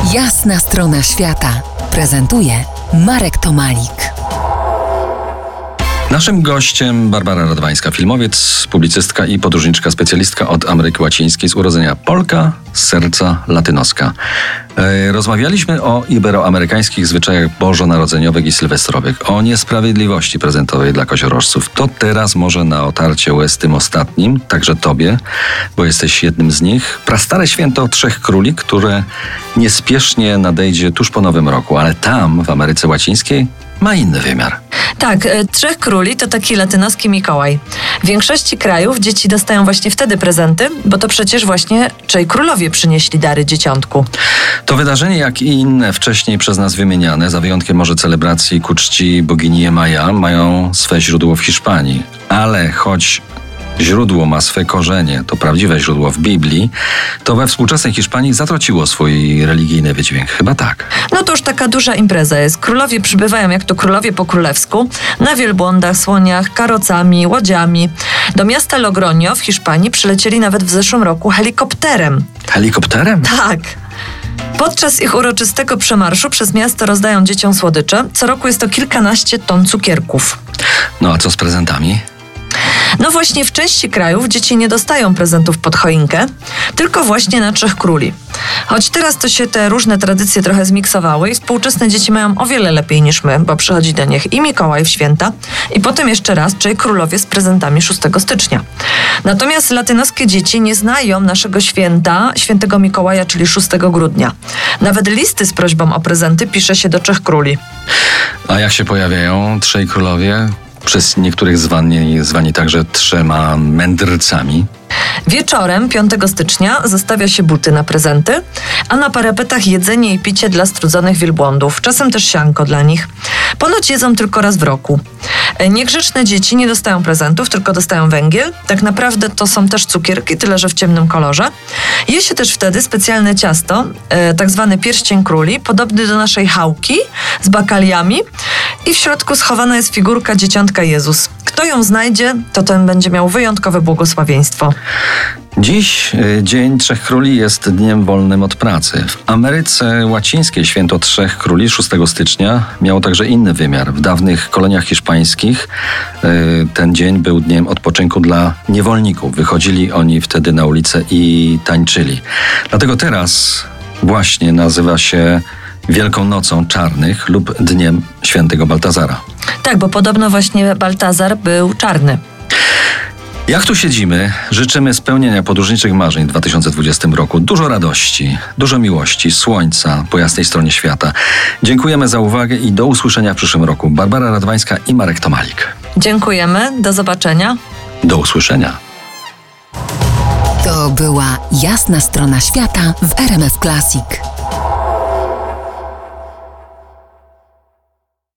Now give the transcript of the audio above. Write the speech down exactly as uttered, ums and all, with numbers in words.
Jasna strona świata prezentuje Marek Tomalik. Naszym gościem Barbara Radwańska, filmowiec, publicystka i podróżniczka, specjalistka od Ameryki Łacińskiej, z urodzenia Polka, z serca latynoska. E, rozmawialiśmy o iberoamerykańskich zwyczajach bożonarodzeniowych i sylwestrowych, o niesprawiedliwości prezentowej dla koziorożców. To teraz może na otarcie łez tym ostatnim, także tobie, bo jesteś jednym z nich. Prastare święto Trzech Króli, które niespiesznie nadejdzie tuż po Nowym Roku, ale tam, w Ameryce Łacińskiej, ma inny wymiar. Tak, Trzech Króli to taki latynoski Mikołaj. W większości krajów dzieci dostają właśnie wtedy prezenty, bo to przecież właśnie trzej królowie przynieśli dary dzieciątku. To wydarzenie, jak i inne wcześniej przez nas wymieniane, za wyjątkiem może celebracji ku czci bogini Emaja, mają swe źródło w Hiszpanii. Ale choć źródło ma swe korzenie, to prawdziwe źródło w Biblii, to we współczesnej Hiszpanii zatraciło swój religijny wydźwięk. Chyba tak. No to już taka duża impreza jest. Królowie przybywają jak to królowie po królewsku, na wielbłądach, słoniach, karocami, łodziami. Do miasta Logroño w Hiszpanii przylecieli nawet w zeszłym roku helikopterem. Helikopterem? Tak. Podczas ich uroczystego przemarszu przez miasto rozdają dzieciom słodycze. Co roku jest to kilkanaście ton cukierków. No a co z prezentami? No właśnie w części krajów dzieci nie dostają prezentów pod choinkę, tylko właśnie na Trzech Króli. Choć teraz to się te różne tradycje trochę zmiksowały i współczesne dzieci mają o wiele lepiej niż my, bo przychodzi do nich i Mikołaj w święta i potem jeszcze raz Trzej Królowie z prezentami szóstego stycznia. Natomiast latynoskie dzieci nie znają naszego święta, świętego Mikołaja, czyli szóstego grudnia. Nawet listy z prośbą o prezenty pisze się do Trzech Króli. A jak się pojawiają Trzej Królowie? Przez niektórych zwani, zwani także trzema mędrcami. Wieczorem piątego stycznia zostawia się buty na prezenty, a na parapetach jedzenie i picie dla strudzonych wielbłądów, czasem też sianko dla nich. Ponoć jedzą tylko raz w roku. Niegrzeczne dzieci nie dostają prezentów, tylko dostają węgiel. Tak naprawdę to są też cukierki, tyle że w ciemnym kolorze. Je się też wtedy specjalne ciasto, e, tak zwany pierścień króli, podobny do naszej chałki z bakaliami i w środku schowana jest figurka dzieciątka Jezus. Kto ją znajdzie, to ten będzie miał wyjątkowe błogosławieństwo. Dziś Dzień Trzech Króli jest dniem wolnym od pracy. W Ameryce Łacińskiej święto Trzech Króli szóstego stycznia miało także inny wymiar. W dawnych koloniach hiszpańskich ten dzień był dniem odpoczynku dla niewolników. Wychodzili oni wtedy na ulicę i tańczyli. Dlatego teraz właśnie nazywa się Wielką Nocą Czarnych lub Dniem Świętego Baltazara. Tak, bo podobno właśnie Baltazar był czarny. Jak tu siedzimy, życzymy spełnienia podróżniczych marzeń w dwa tysiące dwudziestym roku. Dużo radości, dużo miłości, słońca po jasnej stronie świata. Dziękujemy za uwagę i do usłyszenia w przyszłym roku. Barbara Radwańska i Marek Tomalik. Dziękujemy, do zobaczenia. Do usłyszenia. To była Jasna strona świata w R M F Classic.